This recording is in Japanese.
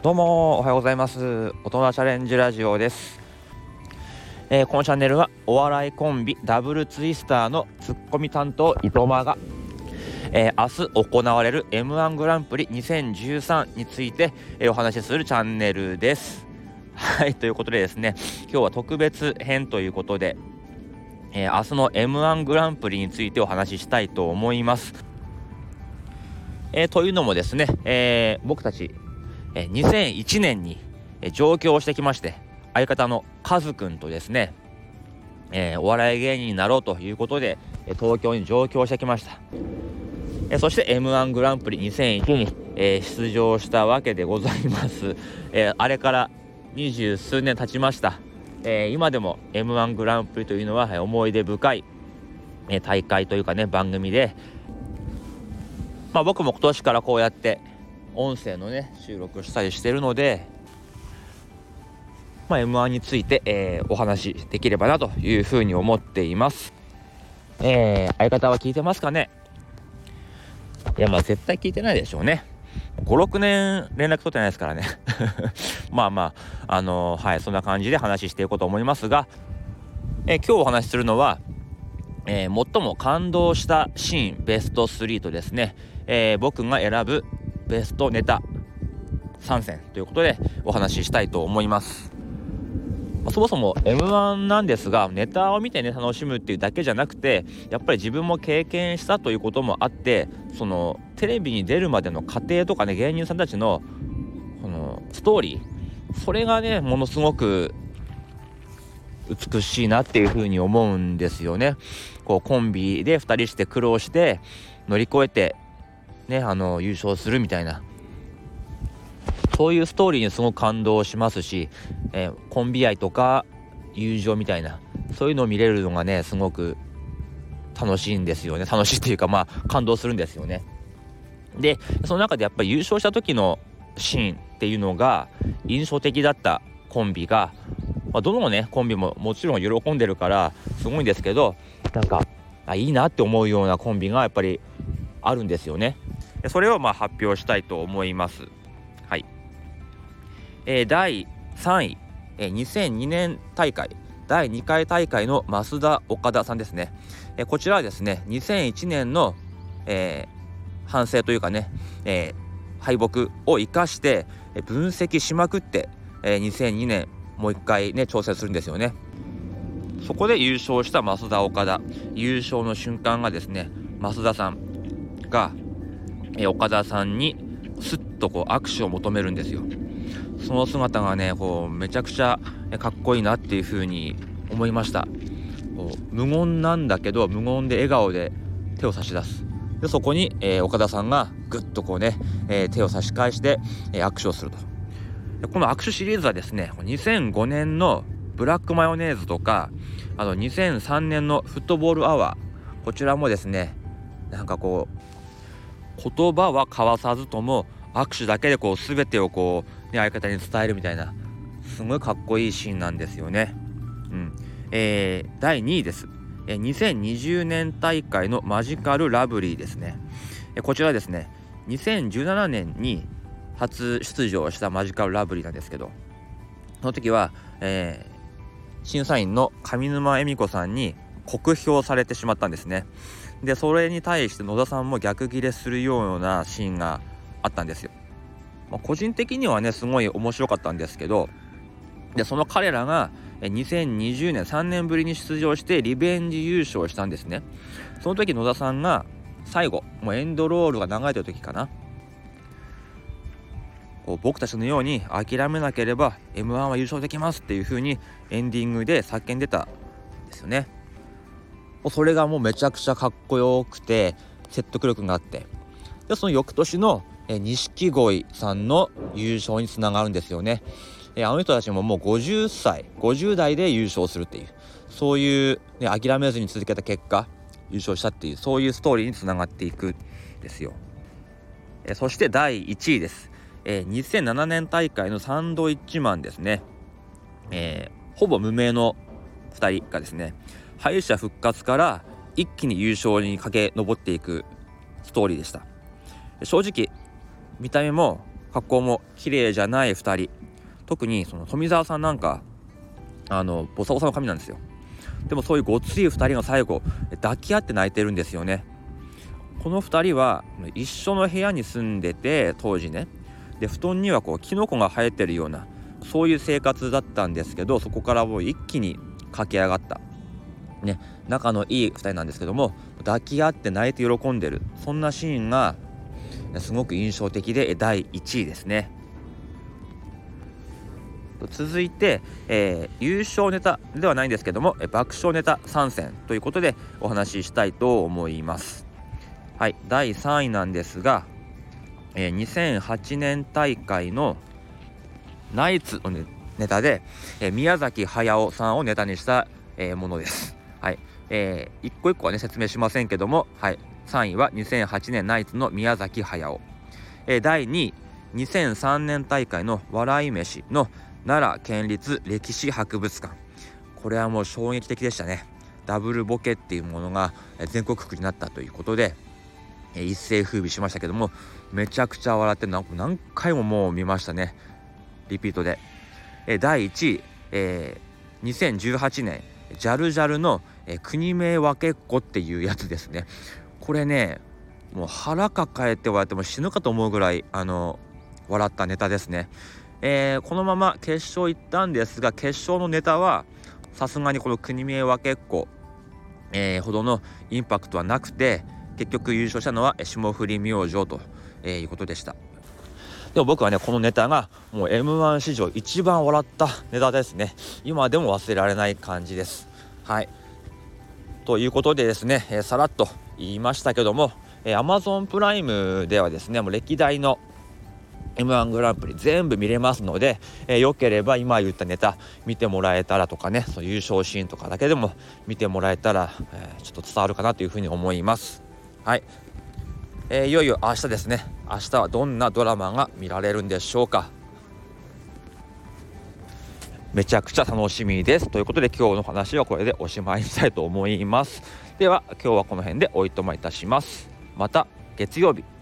どうもおはようございます。大人チャレンジラジオです。このチャンネルはお笑いコンビダブルツイスターのツッコミ担当伊藤間が、明日行われる M1 グランプリ2013について、お話しするチャンネルです。はい、ということでですね、今日は特別編ということで、明日の M1 グランプリについてお話ししたいと思います。というのもですね、僕たち2001年に上京してきまして、相方のカズくんとですね、お笑い芸人になろうということで東京に上京してきました。そして M1 グランプリ2001に、出場したわけでございます。あれから20数年経ちました。今でも M1 グランプリというのは思い出深い大会というかね、番組で、僕も今年からこうやって音声のね収録したりしてるので、M1 について、お話しできればなというふうに思っています。相方は聞いてますかね。いや絶対聞いてないでしょうね。5、6年連絡取ってないですからね。はい、そんな感じで話していこうと思いますが、今日お話しするのは、最も感動したシーンベスト3とですね、僕が選ぶベストネタ3選ということでお話ししたいと思います。そもそも M1 なんですが、ネタを見てね楽しむっていうだけじゃなくて、やっぱり自分も経験したということもあって、そのテレビに出るまでの過程とかね、芸人さんたちのこのストーリー、それがねものすごく美しいなっていう風に思うんですよね。こうコンビで2人して苦労して乗り越えてね、優勝するみたいな、そういうストーリーにすごく感動しますし、コンビ愛とか友情みたいな、そういうのを見れるのがねすごく楽しいんですよね。楽しいっていうか感動するんですよね。でその中でやっぱり優勝した時のシーンっていうのが印象的だったコンビが、どのねコンビももちろん喜んでるからすごいんですけど、なんかいいなって思うようなコンビがやっぱりあるんですよね。それを発表したいと思います。はい。第3位、2002年大会第2回大会の増田岡田さんですね。こちらはですね2001年の、反省というかね、敗北を生かして分析しまくって、2002年もう一回ね挑戦するんですよね。そこで優勝した増田岡田、優勝の瞬間がですね、増田さんが、岡田さんにスッと握手を求めるんですよ。その姿がねめちゃくちゃかっこいいなっていう風に思いました。無言なんだけど無言で笑顔で手を差し出す。でそこに、岡田さんがぐっと手を差し返して、握手をすると。この握手シリーズはですね、2005年のブラックマヨネーズとか、あと2003年のフットボールアワー、こちらもですね、なんか言葉は交わさずとも握手だけで全てを相方に伝えるみたいな、すごいかっこいいシーンなんですよね。第2位です。2020年大会のマジカルラブリーですね。こちらですね、2017年に初出場したマジカルラブリーなんですけど、その時は、審査員の上沼恵美子さんに酷評されてしまったんですね。でそれに対して野田さんも逆ギレするようなシーンがあったんですよ。個人的にはねすごい面白かったんですけど、でその彼らが2020年3年ぶりに出場してリベンジ優勝したんですね。その時野田さんが最後もうエンドロールが流れてる時かな、僕たちのように諦めなければ M1 は優勝できますっていう風にエンディングで叫んでたんですよね。それがもうめちゃくちゃかっこよくて説得力があって、でその翌年の錦鯉さんの優勝につながるんですよね。あの人たちももう50代で優勝するっていう、そういう、諦めずに続けた結果優勝したっていう、そういうストーリーにつながっていくんですよ。そして第1位です。2007年大会のサンドイッチマンですね。ほぼ無名の2人がですね、敗者復活から一気に優勝に駆け上っていくストーリーでした。正直見た目も格好も綺麗じゃない2人、特にその富澤さんなんかボサボサの髪なんですよ。でもそういうごつい2人が最後抱き合って泣いてるんですよね。この2人は一緒の部屋に住んでて、当時ね、で布団にはこうキノコが生えてるような、そういう生活だったんですけど、そこからもう一気に駆け上がったね、仲のいい2人なんですけども、抱き合って泣いて喜んでる、そんなシーンがすごく印象的で第1位ですね。続いて、優勝ネタではないんですけども、爆笑ネタ3選ということでお話ししたいと思います。はい、第3位なんですが、2008年大会のナイツのネタで、宮崎駿さんをネタにした、ものです。はい、一個一個はね説明しませんけども、はい、3位は2008年ナイツの宮崎駿、第2位2003年大会の笑い飯の奈良県立歴史博物館、これはもう衝撃的でしたね。ダブルボケっていうものが全国区になったということで、一世風靡しましたけども、めちゃくちゃ笑って何回ももう見ましたね、リピートで。第1位、2018年ジャルジャルの、国名分けっこっていうやつですね。これね、もう腹抱えて笑っても死ぬかと思うぐらい笑ったネタですね。このまま決勝行ったんですが、決勝のネタはさすがにこの国名分けっこ、ほどのインパクトはなくて、結局優勝したのは霜降り明星と、いうことでした。でも僕はね、このネタがもう M1 史上一番笑ったネタですね。今でも忘れられない感じです。はい、ということでですね、さらっと言いましたけども、Amazon プライムではですね、もう歴代の M1 グランプリ全部見れますので、よければ今言ったネタ見てもらえたらとかね、そういう優勝シーンとかだけでも見てもらえたら、ちょっと伝わるかなというふうに思います。はい、いよいよ明日ですね。明日はどんなドラマが見られるんでしょうか。めちゃくちゃ楽しみです。ということで今日の話はこれでおしまいにしたいと思います。では今日はこの辺でおいとまいたします。また月曜日